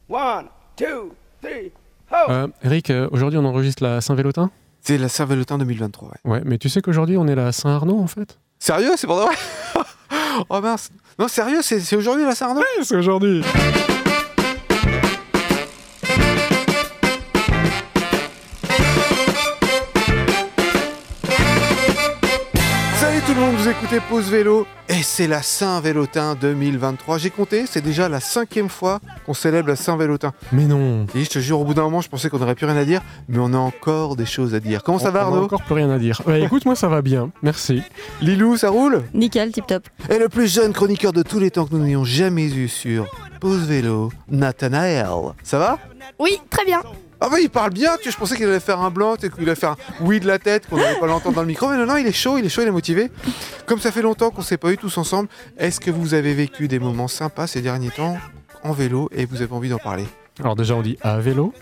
1, 2, 3, ho! Eric, aujourd'hui on enregistre la Saint-Vélotin ? C'est la Saint-Vélotin 2023, ouais. Ouais, mais tu sais qu'aujourd'hui on est la Saint-Arnaud en fait ? Sérieux, c'est pour de vrai? Oh mince. Non, sérieux, c'est aujourd'hui la Saint-Arnaud? Ouais, c'est aujourd'hui. Salut tout le monde, vous écoutez Pause Vélo et c'est la Saint-Vélotin 2023. J'ai compté, c'est déjà la 5e fois qu'on célèbre la Saint-Vélotin. Mais non. Et je te jure, au bout d'un moment, je pensais qu'on n'aurait plus rien à dire, mais on a encore des choses à dire. Comment ça va, On a Arnaud? encore plus rien à dire. Bah, écoute, moi ça va bien, merci. Lilou, ça roule? Nickel, tip top. Et le plus jeune chroniqueur de tous les temps que nous n'ayons jamais eu sur Pause Vélo, Nathanaël. Ça va? Oui, très bien. Ah bah il parle bien, je pensais qu'il allait faire un blanc, qu'il allait faire un oui de la tête, qu'on n'allait pas l'entendre dans le micro, mais non, il est chaud, il est motivé. Comme ça fait longtemps qu'on ne s'est pas eu tous ensemble, est-ce que vous avez vécu des moments sympas ces derniers temps en vélo et vous avez envie d'en parler? Alors déjà on dit à vélo.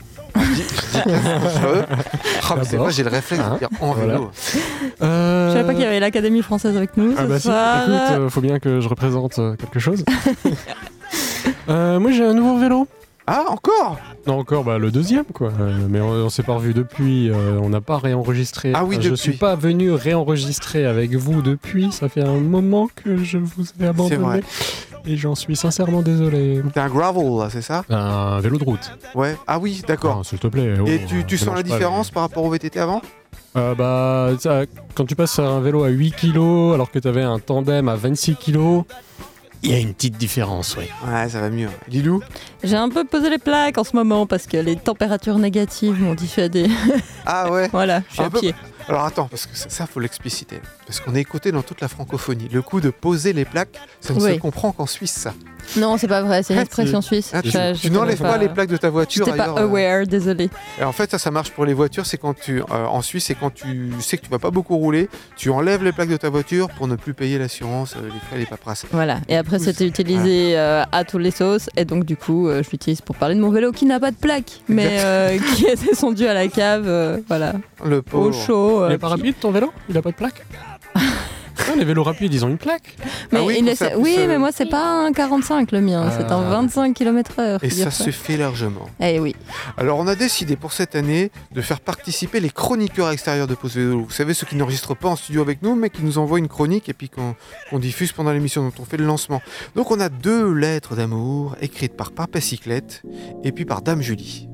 C'est vrai, j'ai le réflexe de dire en vélo. Je savais pas qu'il y avait l'Académie française avec nous ce soir. Si, écoute, faut bien que je représente quelque chose. Moi j'ai un nouveau vélo. Ah, encore? Non, encore le deuxième, quoi. Mais on s'est pas revu depuis, on n'a pas réenregistré. Ah oui, depuis. Je suis pas venu réenregistrer avec vous depuis, ça fait un moment que je vous ai abandonné. C'est vrai. Et j'en suis sincèrement désolé. T'es un gravel, là, c'est ça? Un vélo de route. Ouais. Ah oui, d'accord. Ah, s'il te plaît. Et tu sens la différence par rapport au VTT avant? Quand tu passes à un vélo à 8 kg alors que tu avais un tandem à 26 kg, il y a une petite différence, oui. Ouais, ça va mieux. Lilou? J'ai un peu posé les plaques en ce moment parce que les températures négatives m'ont dissuadé. Ah ouais? Voilà, je suis à pied. Alors attends, parce que ça faut l'expliciter. Parce qu'on est écouté dans toute la francophonie. Le coup de poser les plaques, ça ne se comprend qu'en Suisse, ça. Non, c'est pas vrai, c'est une expression suisse. Tu n'enlèves pas les plaques de ta voiture ailleurs. J'étais pas aware, désolé. Et en fait, ça marche pour les voitures, c'est quand en Suisse, c'est quand tu sais que tu vas pas beaucoup rouler, tu enlèves les plaques de ta voiture pour ne plus payer l'assurance, les frais, les paperasses. Voilà, et après c'était utilisé à tous les sauces, et donc du coup, je l'utilise pour parler de mon vélo qui n'a pas de plaques, mais qui est descendu à la cave, voilà. Le pauvre. Au chaud. Il est pas rapide ton vélo? Il a pas de plaque? Non, les vélos rapides, ils ont une plaque. Mais mais moi, c'est pas un 45 le mien, c'est un 25 km/h. Et ça se fait largement. Eh oui. Alors, on a décidé pour cette année de faire participer les chroniqueurs extérieurs de Pause Vélo. Vous savez, ceux qui n'enregistrent pas en studio avec nous, mais qui nous envoient une chronique et puis qu'on diffuse pendant l'émission dont on fait le lancement. Donc, on a 2 lettres d'amour écrites par Papa Cyclette et puis par Dame Julie.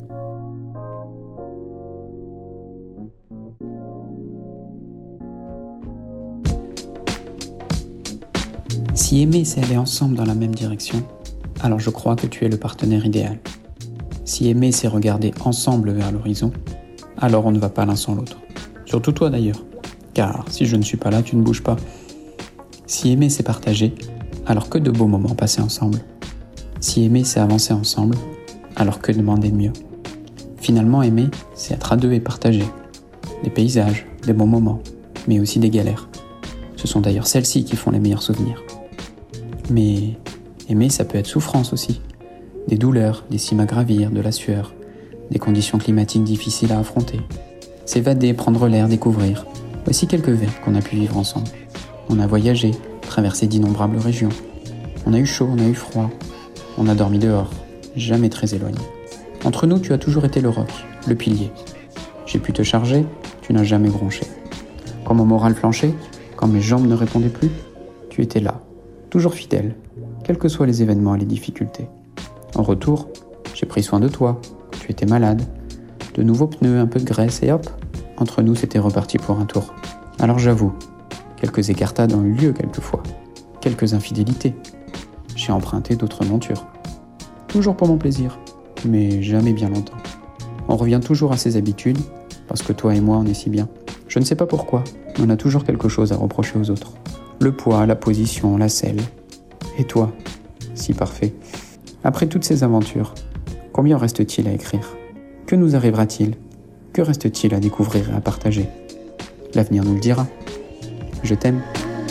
Si aimer, c'est aller ensemble dans la même direction, alors je crois que tu es le partenaire idéal. Si aimer, c'est regarder ensemble vers l'horizon, alors on ne va pas l'un sans l'autre. Surtout toi d'ailleurs, car si je ne suis pas là, tu ne bouges pas. Si aimer, c'est partager, alors que de beaux moments passés ensemble. Si aimer, c'est avancer ensemble, alors que demander de mieux. Finalement, aimer, c'est être à deux et partager. Des paysages, des bons moments, mais aussi des galères. Ce sont d'ailleurs celles-ci qui font les meilleurs souvenirs. Mais aimer, ça peut être souffrance aussi. Des douleurs, des cimes à gravir, de la sueur, des conditions climatiques difficiles à affronter. S'évader, prendre l'air, découvrir. Voici quelques vers qu'on a pu vivre ensemble. On a voyagé, traversé d'innombrables régions. On a eu chaud, on a eu froid. On a dormi dehors, jamais très éloigné. Entre nous, tu as toujours été le roc, le pilier. J'ai pu te charger, tu n'as jamais bronché. Quand mon moral flanchait, quand mes jambes ne répondaient plus, tu étais là, toujours fidèle, quels que soient les événements et les difficultés. En retour, j'ai pris soin de toi, quand tu étais malade. De nouveaux pneus, un peu de graisse et hop, entre nous c'était reparti pour un tour. Alors j'avoue, quelques écartades ont eu lieu quelquefois, quelques infidélités. J'ai emprunté d'autres montures. Toujours pour mon plaisir, mais jamais bien longtemps. On revient toujours à ses habitudes, parce que toi et moi on est si bien. Je ne sais pas pourquoi, mais on a toujours quelque chose à reprocher aux autres. Le poids, la position, la selle. Et toi, si parfait. Après toutes ces aventures, combien reste-t-il à écrire? Que nous arrivera-t-il? Que reste-t-il à découvrir et à partager? L'avenir nous le dira. Je t'aime.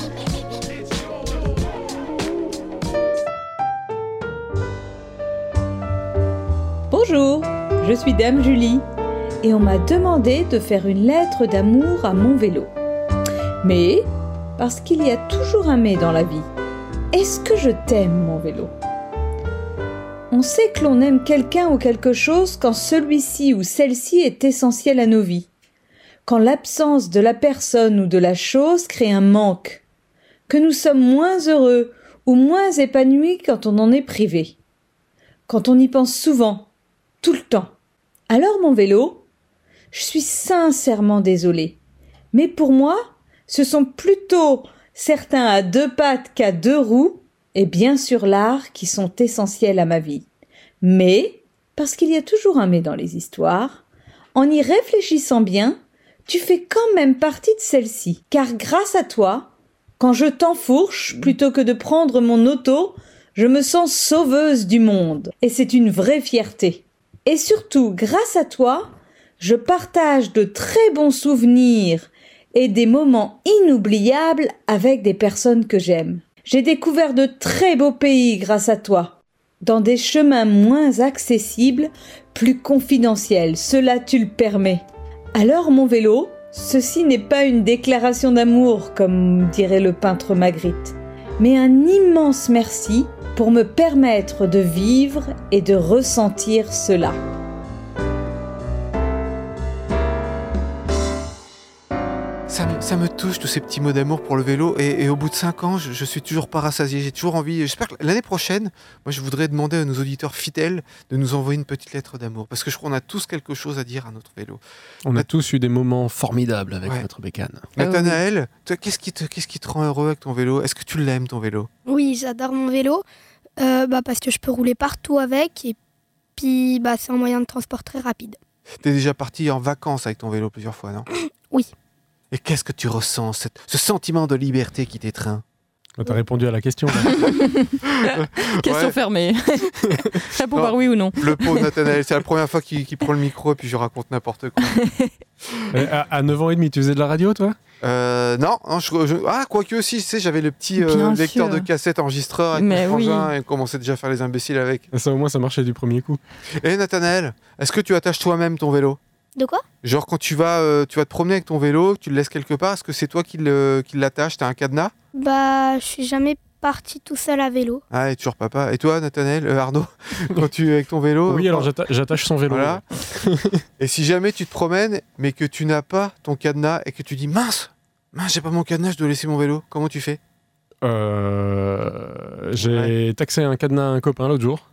Bonjour, je suis Dame Julie et on m'a demandé de faire une lettre d'amour à mon vélo. Mais, parce qu'il y a toujours un mais dans la vie, est-ce que je t'aime mon vélo? On sait que l'on aime quelqu'un ou quelque chose quand celui-ci ou celle-ci est essentiel à nos vies. Quand l'absence de la personne ou de la chose crée un manque. Que nous sommes moins heureux ou moins épanouis quand on en est privé. Quand on y pense souvent, tout le temps. Alors mon vélo, je suis sincèrement désolée. Mais pour moi, ce sont plutôt certains à 2 pattes qu'à 2 roues, et bien sûr l'art qui sont essentiels à ma vie. Mais, parce qu'il y a toujours un mais dans les histoires, en y réfléchissant bien, tu fais quand même partie de celle-ci. Car grâce à toi, quand je t'enfourche, plutôt que de prendre mon auto, je me sens sauveuse du monde. Et c'est une vraie fierté. Et surtout, grâce à toi, je partage de très bons souvenirs et des moments inoubliables avec des personnes que j'aime. J'ai découvert de très beaux pays grâce à toi, dans des chemins moins accessibles, plus confidentiels, cela tu le permets. Alors mon vélo, ceci n'est pas une déclaration d'amour, comme dirait le peintre Magritte, mais un immense merci pour me permettre de vivre et de ressentir cela. Ça me touche tous ces petits mots d'amour pour le vélo et au bout de 5 ans, je suis toujours pas rassasié, j'ai toujours envie. J'espère que l'année prochaine, moi je voudrais demander à nos auditeurs fidèles de nous envoyer une petite lettre d'amour parce que je crois qu'on a tous quelque chose à dire à notre vélo. On a tous eu des moments formidables avec Ouais. notre bécane. Nathanaël, toi, qu'est-ce qui te rend heureux avec ton vélo? Est-ce que tu l'aimes ton vélo? Oui, j'adore mon vélo parce que je peux rouler partout avec et puis c'est un moyen de transport très rapide. T'es déjà parti en vacances avec ton vélo plusieurs fois, non? Oui. Et qu'est-ce que tu ressens, ce sentiment de liberté qui t'étreint? T'as répondu à la question. Là. Question Ouais. fermée. Réponds Non. par oui ou non. Le pauvre Nathanaël, c'est la première fois qu'il prend le micro et puis je raconte n'importe quoi. À 9 ans et demi, tu faisais de la radio, toi? Non, quoique aussi, tu sais, j'avais le petit Bien lecteur sûr. de cassette enregistreur avec Mais mon oui. frangin et on commençait déjà à faire les imbéciles avec. Ça, au moins, ça marchait du premier coup. Et Nathanaël, est-ce que tu attaches toi-même ton vélo? De quoi? Genre quand tu vas te promener avec ton vélo, tu le laisses quelque part, est-ce que c'est toi qui l'attaches? T'as un cadenas? Je suis jamais parti tout seul à vélo. Ah, et toujours papa. Et toi, Nathanaël, Arnaud, quand tu es avec ton vélo? Oui, alors j'attache son vélo. Voilà. Et si jamais tu te promènes, mais que tu n'as pas ton cadenas et que tu dis mince, j'ai pas mon cadenas, je dois laisser mon vélo, comment tu fais? J'ai taxé un cadenas à un copain l'autre jour.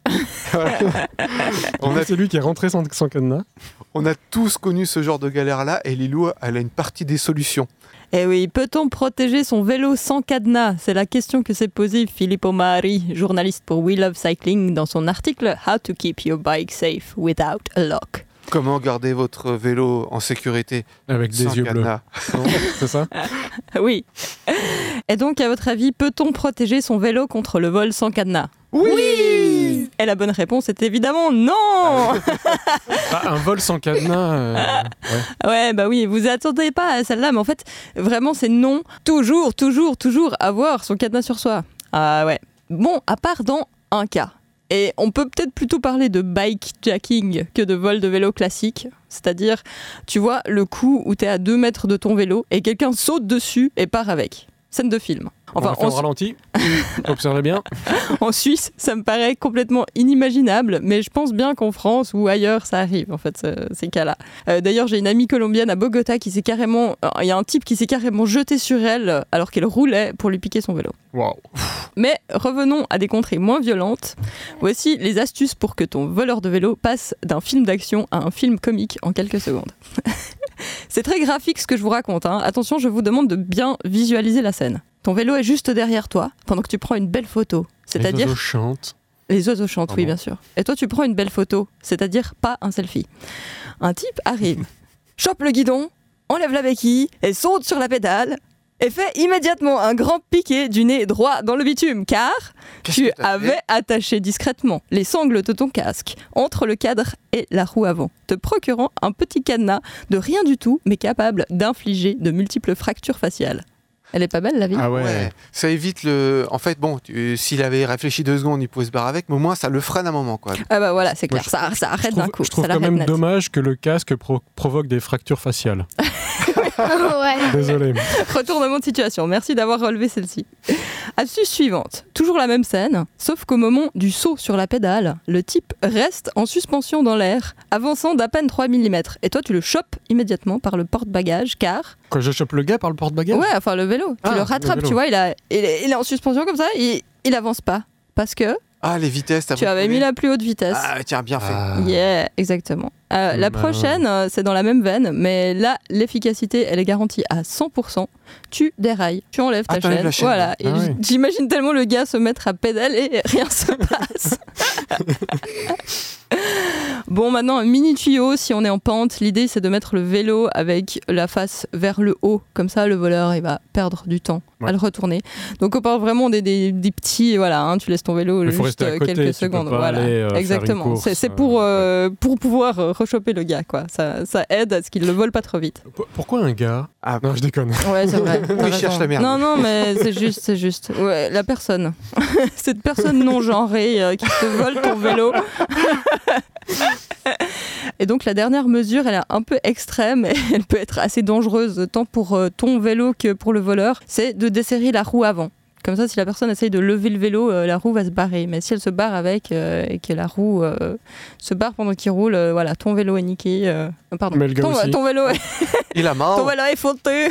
C'est lui qui est rentré sans cadenas. On a tous connu ce genre de galère-là et Lilou, elle a une partie des solutions. Eh oui, peut-on protéger son vélo sans cadenas? C'est la question que s'est posée Filippo Mari, journaliste pour We Love Cycling, dans son article How to keep your bike safe without a lock. Comment garder votre vélo en sécurité Avec des sans yeux cadenas? bleus. Non, c'est ça? Oui. Et donc, à votre avis, peut-on protéger son vélo contre le vol sans cadenas? Oui. Et la bonne réponse est évidemment non. Un vol sans cadenas. Ouais, bah oui, vous attendez pas à celle-là, mais en fait, vraiment, c'est non. Toujours avoir son cadenas sur soi. Ah ouais. Bon, à part dans un cas. Et on peut peut-être plutôt parler de bikejacking que de vol de vélo classique. C'est-à-dire, tu vois, le coup où t'es à 2 mètres de ton vélo et quelqu'un saute dessus et part avec. Scène de film. Enfin, on va faire au ralenti. Observez bien. En Suisse, ça me paraît complètement inimaginable, mais je pense bien qu'en France ou ailleurs, ça arrive, en fait, ces cas-là. D'ailleurs, j'ai une amie colombienne à Bogota qui s'est carrément... Il y a un type qui s'est carrément jeté sur elle alors qu'elle roulait pour lui piquer son vélo. Waouh. Mais revenons à des contrées moins violentes. Voici les astuces pour que ton voleur de vélo passe d'un film d'action à un film comique en quelques secondes. C'est très graphique ce que je vous raconte, hein. Attention, je vous demande de bien visualiser la scène. Ton vélo est juste derrière toi pendant que tu prends une belle photo. C'est-à-dire... Les oiseaux chantent. Les oiseaux chantent, Ah oui, bon. bien sûr. Et toi, tu prends une belle photo, c'est-à-dire pas un selfie. Un type arrive, chope le guidon, enlève la béquille et saute sur la pédale et fait immédiatement un grand piqué du nez droit dans le bitume, car Qu'est-ce tu que t'as avais fait attaché discrètement les sangles de ton casque entre le cadre et la roue avant, te procurant un petit cadenas de rien du tout, mais capable d'infliger de multiples fractures faciales. Elle est pas belle, la vie? Ah ouais. Ça évite le... En fait, bon, s'il avait réfléchi 2 secondes, il pouvait se barrer avec, mais au moins ça le freine un moment, quoi. Ah bah voilà, c'est Moi, clair, ça arrête d'un coup. Je trouve ça quand l'arrête même net. dommage que le casque provoque des fractures faciales. Ouais. Désolé. Retournement de situation, merci d'avoir relevé celle-ci. Astuce suivante, toujours la même scène, sauf qu'au moment du saut sur la pédale, le type reste en suspension dans l'air, avançant d'à peine 3 mm. Et toi, tu le chopes immédiatement par le porte-bagages, car... Quand je chope le gars par le porte-bagages? Ouais, enfin le vélo. Tu le rattrapes, tu vois, il est en suspension comme ça, il avance pas. Parce que Ah, les vitesses, tu avais mis la plus haute vitesse. Ah, tiens, bien fait. Yeah, exactement. La prochaine, c'est dans la même veine, mais là, l'efficacité, elle est garantie à 100%. Tu dérailles, tu enlèves ta t'enlèves chaîne. la chaîne. Voilà. Et oui. j'imagine tellement le gars se mettre à pédaler et rien se passe. Bon, maintenant, un mini tuyau, si on est en pente, l'idée c'est de mettre le vélo avec la face vers le haut. Comme ça, le voleur, il va perdre du temps à le retourner. Donc, on parle vraiment des petits, voilà, hein, tu laisses ton vélo Il faut juste rester à côté, quelques tu secondes. peux pas Voilà. aller, faire Exactement. une course, C'est pour pouvoir rechoper le gars, quoi. Ça aide à ce qu'il ne le vole pas trop vite. Pourquoi un gars? Ah, Non, je déconne. Ouais, c'est vrai. Où il cherche la merde. Non, mais c'est juste. Ouais, la personne. Cette personne non genrée qui te vole ton vélo. Et donc la dernière mesure, elle est un peu extrême et elle peut être assez dangereuse tant pour ton vélo que pour le voleur, c'est de desserrer la roue avant. Comme ça, si la personne essaye de lever le vélo, la roue va se barrer. Mais si elle se barre avec et que la roue se barre pendant qu'il roule, voilà, ton vélo est niqué. Pardon. Mais le gars aussi. Ton vélo est, Il a marre. ton vélo est foutu.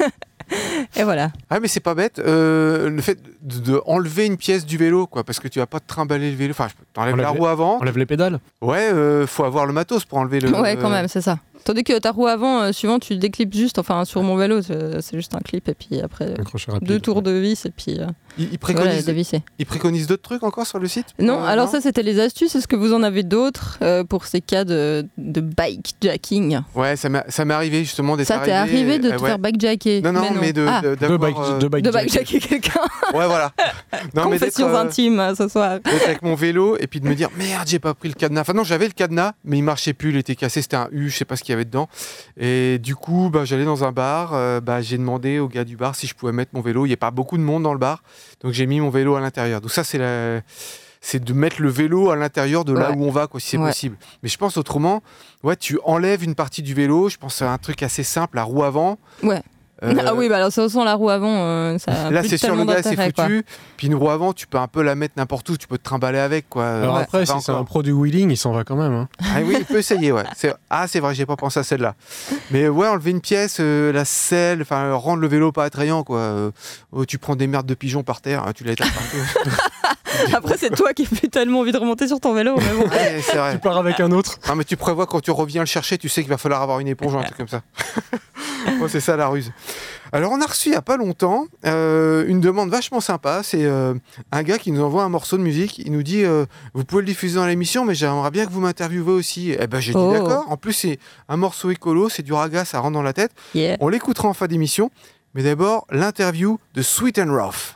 Et voilà. Ah, mais c'est pas bête, le fait de enlever une pièce du vélo, quoi, parce que tu vas pas te trimballer le vélo. Enfin, t'enlèves la roue avant. Enlève les pédales. Ouais, faut avoir le matos pour enlever le. Ouais, quand même, c'est ça. Tandis que ta roue avant, suivant, tu déclips juste. Enfin, sur mon vélo, c'est juste un clip et puis après Un crochet rapide. 2 tours de vis et puis Il voilà, préconise, dévisser. il préconise d'autres trucs encore sur le site? Non, alors ça c'était les astuces. Est-ce que vous en avez d'autres pour ces cas de bikejacking? Ouais, ça m'est arrivé justement d'être Ça t'est arrivé de te ouais. faire bikejacker? Non, Ah, mais d'avoir, Deux de bikejacker quelqu'un. Ouais, voilà. Non, mais Confessions d'être, intimes ce soir. d'être avec mon vélo et puis de me dire merde, j'ai pas pris le cadenas. Enfin non, j'avais le cadenas, mais il marchait plus, il était cassé, c'était un U, je sais pas ce qu'il y avait dedans. Et du coup, j'allais dans un bar, j'ai demandé au gars du bar si je pouvais mettre mon vélo. Il y a pas beaucoup de monde dans le bar, donc j'ai mis mon vélo à l'intérieur. Donc ça, c'est de mettre le vélo à l'intérieur de là où on va, quoi, si c'est possible. Mais je pense autrement, ouais, tu enlèves une partie du vélo. Je pense à un truc assez simple, la roue avant. Ouais. Ah oui, alors ça sans la roue avant, ça a là plus c'est sur tellement le gars, c'est d'intérêt, quoi. foutu. Puis une roue avant, tu peux un peu la mettre n'importe où, tu peux te trimballer avec, quoi. Alors après, si c'est un pro du wheeling, il s'en va quand même. Hein. Ah oui, il peut essayer, ouais. C'est vrai, j'ai pas pensé à celle-là. Mais ouais, enlever une pièce, la selle, enfin rendre le vélo pas attrayant, quoi. Tu prends des merdes de pigeons par terre, tu les étales partout. Après, c'est toi qui fais tellement envie de remonter sur ton vélo. Mais bon. Ouais, c'est vrai. Tu pars avec un autre. Non, mais tu prévois quand tu reviens le chercher, tu sais qu'il va falloir avoir une éponge ou un truc comme ça. Ouais, c'est ça la ruse. Alors on a reçu il n'y a pas longtemps une demande vachement sympa. C'est un gars qui nous envoie un morceau de musique. Il nous dit vous pouvez le diffuser dans l'émission, mais j'aimerais bien que vous m'interviewez aussi. Eh ben j'ai dit d'accord. En plus c'est un morceau écolo, c'est du raga, ça rentre dans la tête. Yeah. On l'écoutera en fin d'émission. Mais d'abord l'interview de Sweet and Rough.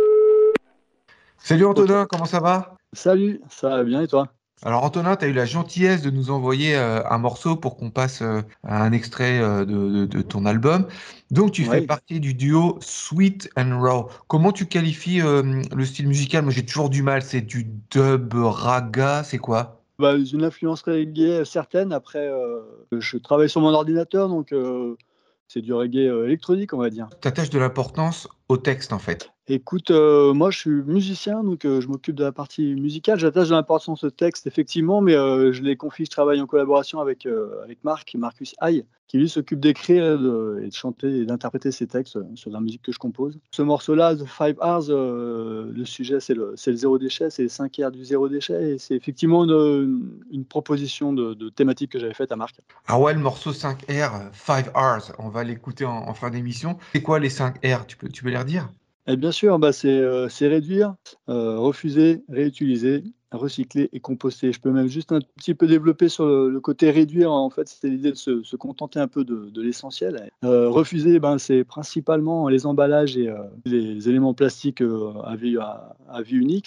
Salut Antonin, comment ça va? Salut, ça va bien et toi? Alors Antonin, tu as eu la gentillesse de nous envoyer un morceau pour qu'on passe un extrait de ton album. Donc tu fais partie du duo Sweet and Raw. Comment tu qualifies le style musical? Moi j'ai toujours du mal, c'est du dub, raga, c'est quoi? Une influence reggae certaine. Après, je travaille sur mon ordinateur, donc c'est du reggae électronique, on va dire. Tu attaches de l'importance au texte en fait. Écoute, moi je suis musicien, donc je m'occupe de la partie musicale. J'attache de l'importance au texte, effectivement, mais je les confie, je travaille en collaboration avec Marcus Haye, qui lui s'occupe d'écrire et de chanter et d'interpréter ces textes sur la musique que je compose. Ce morceau-là, The 5 R's, le sujet c'est le zéro déchet, c'est les 5 R du zéro déchet, et c'est effectivement une proposition de thématique que j'avais faite à Marc. Ah ouais, le morceau 5R, 5 R's, on va l'écouter en fin d'émission. C'est quoi les 5 R? Tu peux les redire? Et bien sûr, c'est réduire, refuser, réutiliser, recycler et composter. Je peux même juste un petit peu développer sur le côté réduire. En fait, c'est l'idée de se contenter un peu de l'essentiel. Refuser, c'est principalement les emballages et les éléments plastiques à vie unique.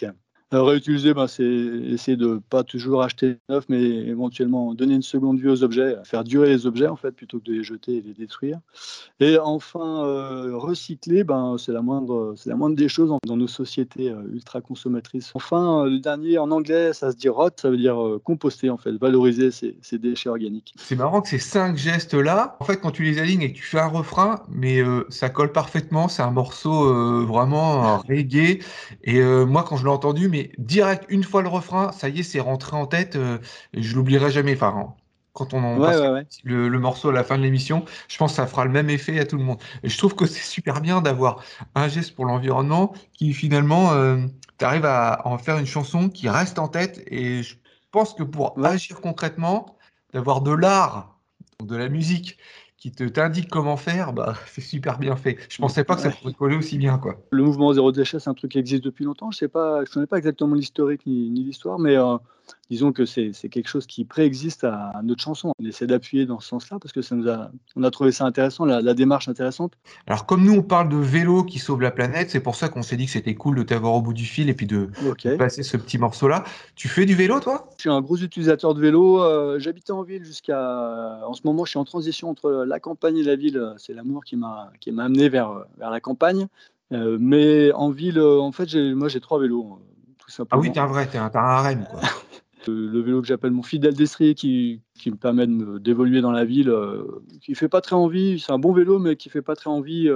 Réutiliser, c'est essayer de pas toujours acheter neuf, mais éventuellement donner une seconde vie aux objets, faire durer les objets en fait, plutôt que de les jeter et les détruire. Et enfin, recycler, c'est la moindre des choses dans nos sociétés ultra consommatrices. Enfin, le dernier en anglais, ça se dit rot, ça veut dire composter en fait, valoriser ces déchets organiques. C'est marrant que ces 5 gestes-là, en fait, quand tu les alignes et que tu fais un refrain, mais ça colle parfaitement. C'est un morceau vraiment reggae. Et moi, quand je l'ai entendu, mais direct, une fois le refrain, ça y est, c'est rentré en tête. Et je l'oublierai jamais. Enfin, quand on passe le morceau à la fin de l'émission, je pense que ça fera le même effet à tout le monde. Et je trouve que c'est super bien d'avoir un geste pour l'environnement qui finalement, tu arrives à en faire une chanson qui reste en tête. Et je pense que pour agir concrètement, d'avoir de l'art, de la musique qui t'indique comment faire, c'est super bien fait. Je pensais pas que ça pouvait coller aussi bien, quoi. Le mouvement zéro déchet, c'est un truc qui existe depuis longtemps. Je connais pas exactement l'historique ni l'histoire, mais disons que c'est quelque chose qui préexiste à notre chanson. On essaie d'appuyer dans ce sens-là parce que on a trouvé ça intéressant, la démarche intéressante. Alors comme nous on parle de vélo qui sauve la planète, c'est pour ça qu'on s'est dit que c'était cool de t'avoir au bout du fil et puis de passer ce petit morceau-là. Tu fais du vélo, toi ? Je suis un gros utilisateur de vélo. J'habitais en ville en ce moment, je suis en transition entre la campagne et la ville. C'est l'amour qui m'a amené vers la campagne. Mais en ville, en fait, j'ai 3 vélos, tout simplement. Ah oui, t'as un harem, quoi. Le vélo que j'appelle mon fidèle destrier qui me permet d'évoluer dans la ville, qui fait pas très envie. C'est un bon vélo, mais qui fait pas très envie.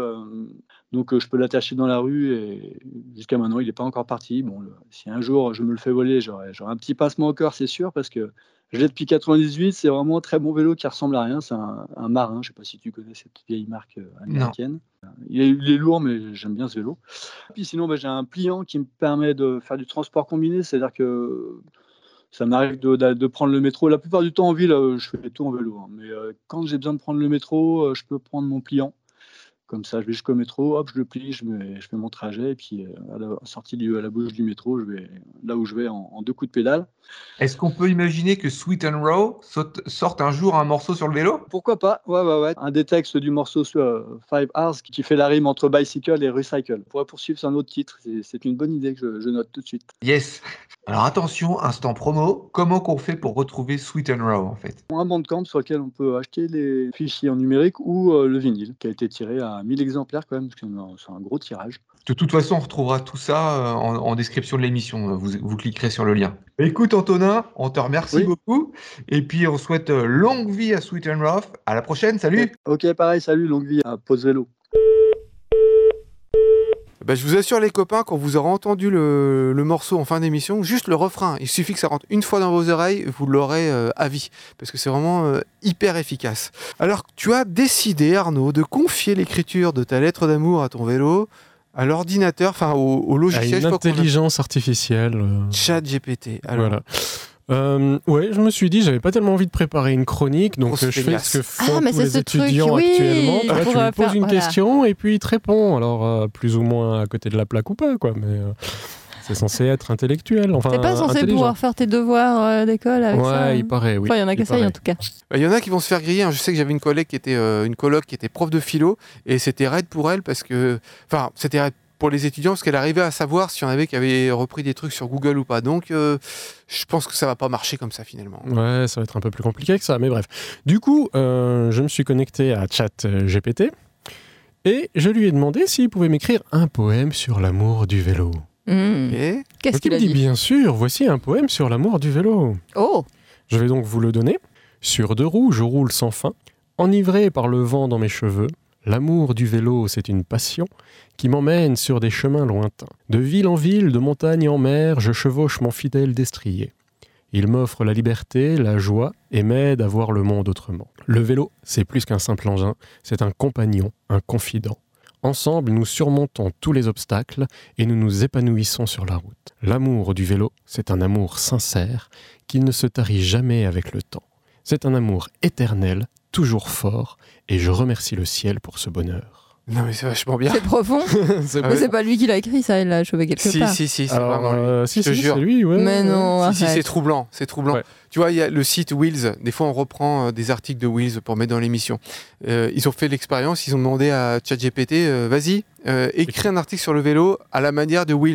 Donc je peux l'attacher dans la rue et jusqu'à maintenant, il n'est pas encore parti. Bon, si un jour je me le fais voler, j'aurai un petit pincement au cœur, c'est sûr, parce que je l'ai depuis 98. C'est vraiment un très bon vélo qui ressemble à rien. C'est un Marin. Je sais pas si tu connais cette vieille marque américaine. Non. Il est lourd, mais j'aime bien ce vélo. Et puis sinon, j'ai un pliant qui me permet de faire du transport combiné, c'est-à-dire que ça m'arrive de prendre le métro. La plupart du temps en ville, je fais tout en vélo. Mais quand j'ai besoin de prendre le métro, je peux prendre mon pliant. Comme ça, je vais jusqu'au métro, hop, je le plie, je fais mon trajet. Et puis, à la sortie à la bouche du métro, je vais là où je vais en 2 coups de pédale. Est-ce qu'on peut imaginer que Sweet and Raw sorte un jour un morceau sur le vélo ? Pourquoi pas ? Ouais. Un des textes du morceau 5 Hours qui fait la rime entre bicycle et recycle. On pourrait poursuivre sur un autre titre. C'est une bonne idée que je note tout de suite. Yes. Alors attention, instant promo, comment qu'on fait pour retrouver Sweet and Raw en fait ? Un bandcamp sur lequel on peut acheter les fichiers en numérique ou le vinyle qui a été tiré à 1000 exemplaires quand même, parce que c'est un gros tirage. De toute façon, on retrouvera tout ça en description de l'émission, vous cliquerez sur le lien. Écoute Antonin, on te remercie beaucoup, et puis on souhaite longue vie à Sweet and Raw. À la prochaine, salut. Ok, pareil, salut, longue vie à Pause Vélo. Je vous assure les copains, quand vous aurez entendu le morceau en fin d'émission, juste le refrain, il suffit que ça rentre une fois dans vos oreilles, vous l'aurez à vie, parce que c'est vraiment hyper efficace. Alors tu as décidé, Arnaud, de confier l'écriture de ta lettre d'amour à ton vélo à l'ordinateur, enfin au logiciel. À une intelligence artificielle. ChatGPT. Voilà. Je me suis dit, j'avais pas tellement envie de préparer une chronique, donc je fais ce que font tous les étudiants actuellement. Tu lui poses une question et puis il te répond. Alors, plus ou moins à côté de la plaque ou pas, quoi, mais c'est censé être intellectuel. Enfin, t'es pas censé pouvoir faire tes devoirs d'école avec ça. Ouais, il paraît, oui. Enfin, il y en a qui essayent en tout cas. Il y en a qui vont se faire griller. Je sais que j'avais une collègue qui était une coloc qui était prof de philo et c'était raide pour elle parce que, enfin, c'était raide pour les étudiants parce qu'elle arrivait à savoir s'il y en avait qui avaient repris des trucs sur Google ou pas. Donc, je pense que ça va pas marcher comme ça finalement. Ouais, ça va être un peu plus compliqué que ça, mais bref. Du coup, je me suis connecté à ChatGPT et je lui ai demandé s'il pouvait m'écrire un poème sur l'amour du vélo. Et qu'est-ce qu'il a dit ? Bien sûr, voici un poème sur l'amour du vélo. Oh ! Je vais donc vous le donner. Sur 2 roues, je roule sans fin, enivré par le vent dans mes cheveux. L'amour du vélo, c'est une passion qui m'emmène sur des chemins lointains. De ville en ville, de montagne en mer, je chevauche mon fidèle destrier. Il m'offre la liberté, la joie et m'aide à voir le monde autrement. Le vélo, c'est plus qu'un simple engin, c'est un compagnon, un confident. Ensemble, nous surmontons tous les obstacles et nous nous épanouissons sur la route. L'amour du vélo, c'est un amour sincère qui ne se tarit jamais avec le temps. C'est un amour éternel, toujours fort, et je remercie le ciel pour ce bonheur. Non mais c'est vachement bien. C'est profond. Mais c'est pas lui qui l'a écrit, ça, il l'a chopé quelque part. Si, c'est alors, vraiment lui. Si, je te jure. C'est lui, ouais. Mais non, Si, c'est troublant, c'est troublant. Ouais. Tu vois, il y a le site Wheels, des fois on reprend des articles de Wheels pour mettre dans l'émission. Ils ont fait l'expérience, ils ont demandé à ChatGPT, vas-y, écris un article sur le vélo à la manière de Wheels.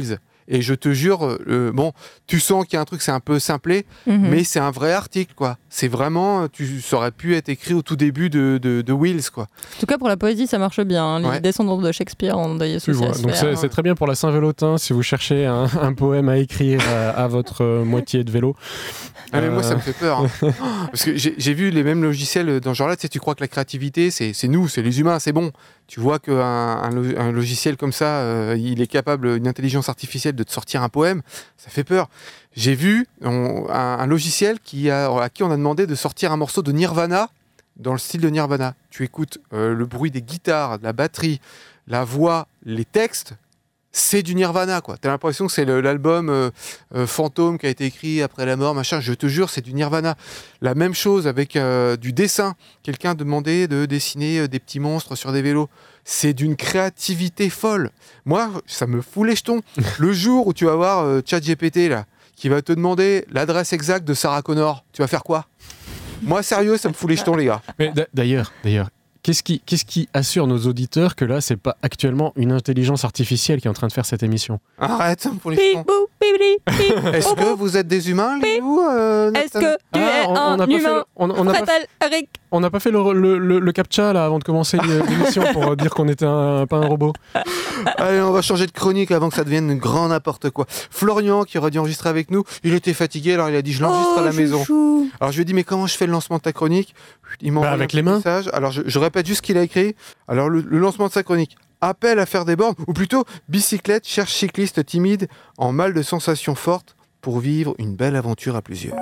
Et je te jure, bon, tu sens qu'il y a un truc, c'est un peu simplé, mais c'est un vrai article, quoi. C'est vraiment, ça aurait pu être écrit au tout début de Wills, quoi. En tout cas, pour la poésie, ça marche bien. Hein. Les descendants de Shakespeare ont d'ailleurs tu vois, donc c'est très bien pour la Saint-Vélotin si vous cherchez un poème à écrire à votre moitié de vélo. Ah mais moi ça me fait peur hein. Parce que j'ai vu les mêmes logiciels dans ce genre là, tu sais, tu crois que la créativité c'est nous, c'est les humains, c'est bon, tu vois qu'un logiciel comme ça il est capable, une intelligence artificielle, de te sortir un poème, ça fait peur. J'ai vu un logiciel à qui on a demandé de sortir un morceau de Nirvana dans le style de Nirvana. Tu écoutes le bruit des guitares, de la batterie, la voix, les textes, c'est du Nirvana, quoi. T'as l'impression que c'est l'album fantôme qui a été écrit après la mort, machin. Je te jure, c'est du Nirvana. La même chose avec du dessin. Quelqu'un demandait de dessiner des petits monstres sur des vélos. C'est d'une créativité folle. Moi, ça me fout les jetons. Le jour où tu vas voir ChatGPT, là, qui va te demander l'adresse exacte de Sarah Connor, tu vas faire quoi ? Moi, sérieux, ça me fout les jetons, les gars. Mais d'ailleurs, qu'est-ce qui assure nos auditeurs que là, c'est pas actuellement une intelligence artificielle qui est en train de faire cette émission ? Arrête, ça me fout les jetons. Est-ce que vous êtes des humains, vous Est-ce que tu es un humain ? On n'a pas fait le captcha là avant de commencer l'émission pour dire qu'on était pas un robot. Allez, on va changer de chronique avant que ça devienne une grand n'importe quoi. Florian, qui aurait dû enregistrer avec nous, il était fatigué, alors il a dit je l'enregistre à la maison. Alors je lui ai dit mais comment je fais le lancement de ta chronique ? Il m'envoie avec les mains. Message. Alors je répète juste ce qu'il a écrit. Alors le lancement de sa chronique. Appel à faire des bornes, ou plutôt bicyclette cherche cycliste timide en mal de sensations fortes pour vivre une belle aventure à plusieurs.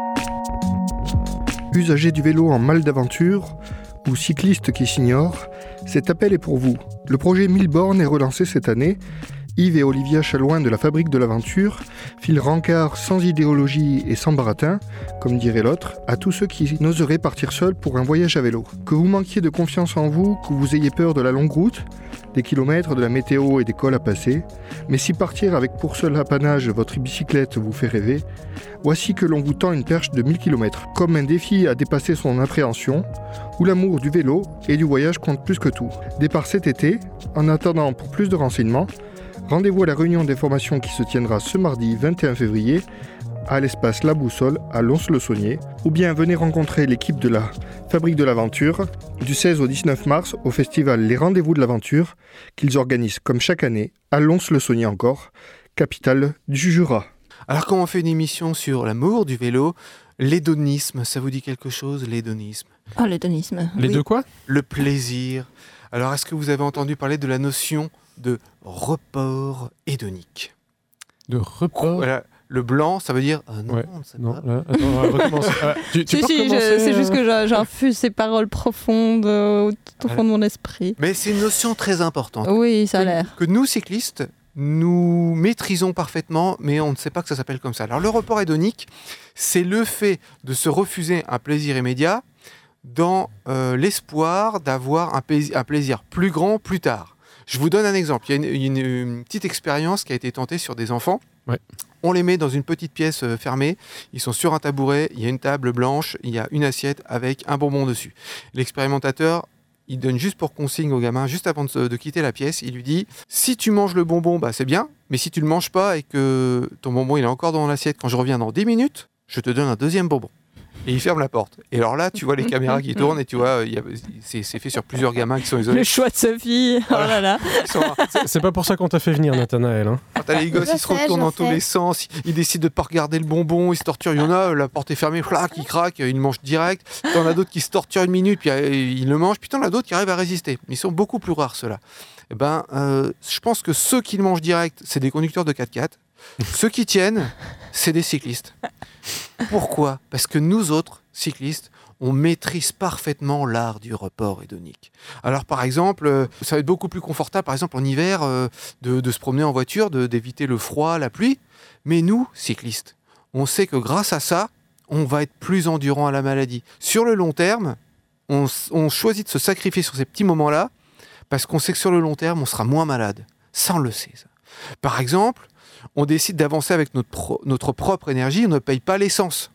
Usagers du vélo en mal d'aventure ou cyclistes qui s'ignorent, cet appel est pour vous. Le projet 1000 bornes est relancé cette année. Yves et Olivia Chalouin de la Fabrique de l'Aventure filent rencard sans idéologie et sans baratin, comme dirait l'autre, à tous ceux qui n'oseraient partir seuls pour un voyage à vélo. Que vous manquiez de confiance en vous, que vous ayez peur de la longue route, des kilomètres, de la météo et des cols à passer, mais si partir avec pour seul apanage votre bicyclette vous fait rêver, voici que l'on vous tend une perche de 1000 km, comme un défi à dépasser son appréhension, où l'amour du vélo et du voyage compte plus que tout. Départ cet été, en attendant pour plus de renseignements, rendez-vous à la réunion d'information qui se tiendra ce mardi 21 février à l'espace La Boussole à Lons-le-Saunier, ou bien venez rencontrer l'équipe de la Fabrique de l'Aventure du 16 au 19 mars au festival Les Rendez-vous de l'Aventure qu'ils organisent comme chaque année à Lons-le-Saunier encore, capitale du Jura. Alors quand on fait une émission sur l'amour du vélo, l'hédonisme, ça vous dit quelque chose, l'hédonisme ? Ah, l'hédonisme. Les deux quoi ? Le plaisir. Alors est-ce que vous avez entendu parler de la notion de report hédonique ? De report ? Voilà. Le blanc, ça veut dire non, ouais. on ne sait non, pas. Là, attends, on va recommencer. Tu peux recommencer, c'est juste que j'infuse ces paroles profondes au fond de mon esprit. Mais c'est une notion très importante. Oui, ça a l'air. Que nous, cyclistes, nous maîtrisons parfaitement, mais on ne sait pas que ça s'appelle comme ça. Alors le report hédonique, c'est le fait de se refuser un plaisir immédiat dans l'espoir d'avoir un plaisir plus grand plus tard. Je vous donne un exemple. Il y a une petite expérience qui a été tentée sur des enfants. Ouais. On les met dans une petite pièce fermée. Ils sont sur un tabouret. Il y a une table blanche. Il y a une assiette avec un bonbon dessus. L'expérimentateur, il donne juste pour consigne au gamin, juste avant de quitter la pièce, il lui dit « Si tu manges le bonbon, bah, c'est bien. Mais si tu ne le manges pas et que ton bonbon il est encore dans l'assiette, quand je reviens dans 10 minutes, je te donne un deuxième bonbon. » Et il ferme la porte. Et alors là, tu vois les caméras qui tournent et tu vois, c'est fait sur plusieurs gamins qui sont isolés. Le choix de Sophie, oh là là. C'est pas pour ça qu'on t'a fait venir, Nathanaël. Hein. Quand t'as les gosses, ils se retournent dans tous les sens, ils décident de ne pas regarder le bonbon, ils se torturent. Il y en a, la porte est fermée, flac, ils craquent, ils le mangent direct. T'en as d'autres qui se torturent une minute, puis ils le mangent. Puis t'en as d'autres qui arrivent à résister. Ils sont beaucoup plus rares, ceux-là. Eh ben, je pense que ceux qui le mangent direct, c'est des conducteurs de 4x4. Ceux qui tiennent, c'est des cyclistes. Pourquoi ? Parce que nous autres, cyclistes, on maîtrise parfaitement l'art du report hédonique. Alors par exemple, ça va être beaucoup plus confortable, par exemple en hiver, de se promener en voiture, d'éviter le froid, la pluie. Mais nous, cyclistes, on sait que grâce à ça, on va être plus endurant à la maladie. Sur le long terme, on choisit de se sacrifier sur ces petits moments-là, parce qu'on sait que sur le long terme, on sera moins malade. Ça, on le sait. Ça. Par exemple, on décide d'avancer avec notre propre énergie, on ne paye pas l'essence.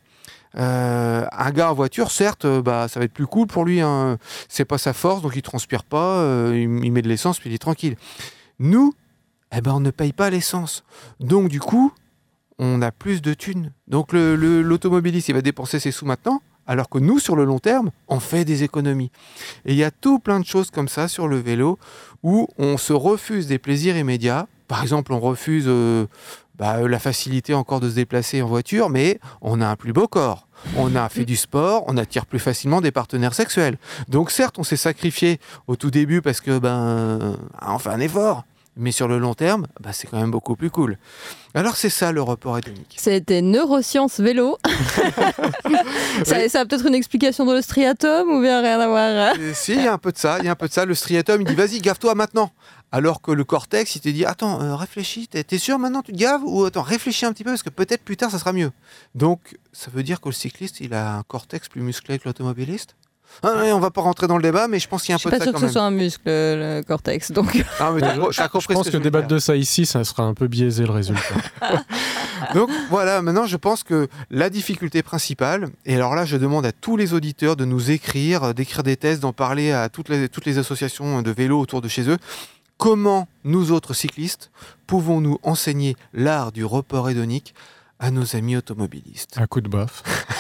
Un gars en voiture, certes, ça va être plus cool pour lui. Hein. C'est pas sa force, donc il transpire pas. Il met de l'essence, puis il est tranquille. Nous, on ne paye pas l'essence. Donc du coup, on a plus de thunes. Donc l'automobiliste, il va dépenser ses sous maintenant, alors que nous, sur le long terme, on fait des économies. Et il y a tout plein de choses comme ça sur le vélo où on se refuse des plaisirs immédiats. Par exemple, on refuse la facilité encore de se déplacer en voiture, mais on a un plus beau corps. On a fait du sport, on attire plus facilement des partenaires sexuels. Donc certes, on s'est sacrifié au tout début parce que on fait un effort. Mais sur le long terme, c'est quand même beaucoup plus cool. Alors c'est ça le report hédonique. C'était neurosciences vélo. Ça a peut-être une explication dans le striatum ou bien rien à voir? Si, il y a un peu de ça. Le striatum, il dit vas-y, gave-toi maintenant. Alors que le cortex, il te dit attends, réfléchis, t'es sûr maintenant tu te gaves? Ou attends, réfléchis un petit peu parce que peut-être plus tard ça sera mieux. Donc ça veut dire que le cycliste, il a un cortex plus musclé que l'automobiliste? On va pas rentrer dans le débat, mais je pense qu'il y a un peu de ça quand même. Je suis pas sûr que ce soit un muscle, le cortex. Donc... je pense que débattre de ça ici, ça sera un peu biaisé le résultat. Donc voilà, maintenant je pense que la difficulté principale, et alors là je demande à tous les auditeurs de nous d'écrire des thèses, d'en parler à toutes les associations de vélo autour de chez eux. Comment nous autres cyclistes pouvons-nous enseigner l'art du report hédonique à nos amis automobilistes? Un coup de baffe.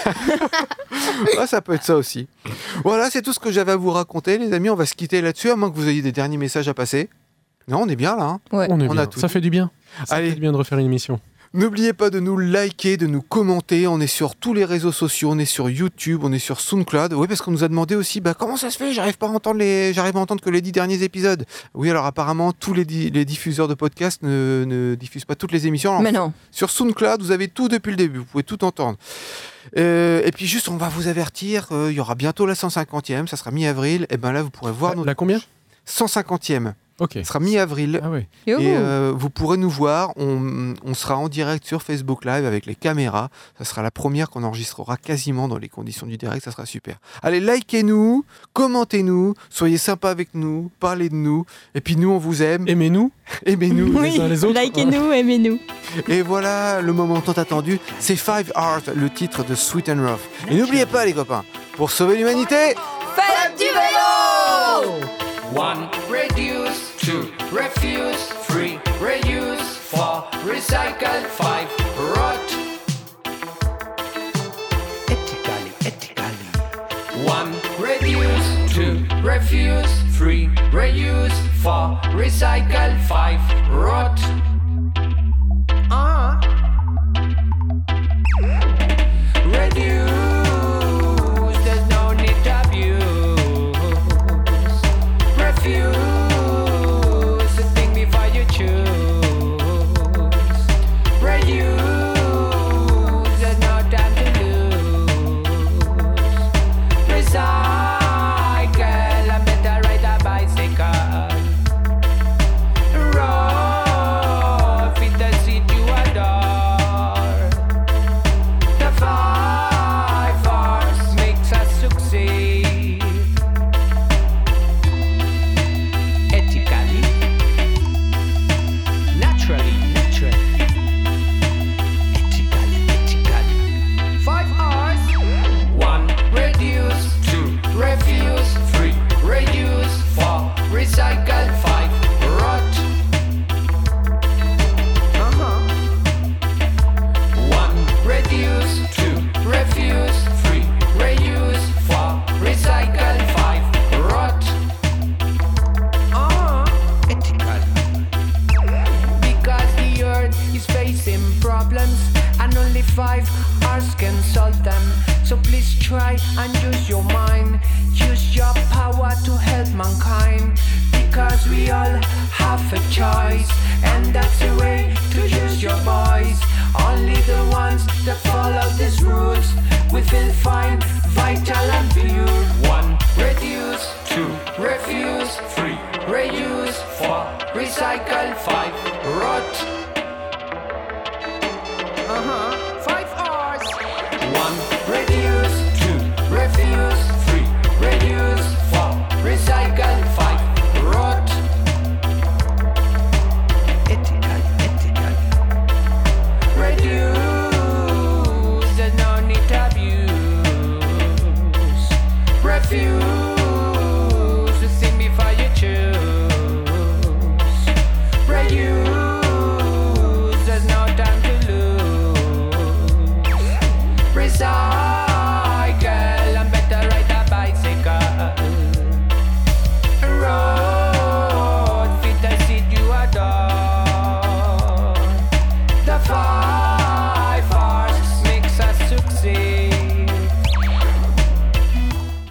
Ça peut être ça aussi. Voilà, c'est tout ce que j'avais à vous raconter, les amis. On va se quitter là-dessus, à moins que vous ayez des derniers messages à passer. Non, on est bien là. Ouais. On est bien. A tout ça dit. fait du bien. Allez. Ça fait du bien de refaire une émission. N'oubliez pas de nous liker, de nous commenter. On est sur tous les réseaux sociaux, on est sur YouTube, on est sur SoundCloud. Oui, parce qu'on nous a demandé aussi, comment ça se fait? J'arrive à entendre que les 10 derniers épisodes. Oui, alors apparemment, tous les diffuseurs de podcasts ne diffusent pas toutes les émissions. Alors, mais non. Sur SoundCloud, vous avez tout depuis le début. Vous pouvez tout entendre. Et puis juste, on va vous avertir, il y aura bientôt la 150e, ça sera mi-avril. Et là, vous pourrez voir... La combien? 150e. Ok. Ce sera mi-avril. Ah ouais. Et vous pourrez nous voir. On sera en direct sur Facebook Live avec les caméras. Ça sera la première qu'on enregistrera quasiment dans les conditions du direct. Ça sera super. Allez, likez-nous, commentez-nous, soyez sympas avec nous, parlez de nous. Et puis nous, on vous aime. Aimez-nous. Aimez-nous oui, les uns les autres. Likez-nous, aimez-nous. Et voilà le moment tant attendu. C'est 5 Hearts, le titre de Sweet and Rough. Et n'oubliez pas, les copains, pour sauver l'humanité, faites du vélo! 1. Reduce. 2. Refuse. 3. Reuse. 4. Recycle. 5. Rot. Ethically. 1. Reduce. 2. Refuse. 3. Reuse. 4. Recycle. 5. Rot. Reduce. There's no need to abuse. Refuse. And use your mind, use your power to help mankind, because we all have a choice, and that's the way to use your voice. Only the ones that follow these rules will feel fine.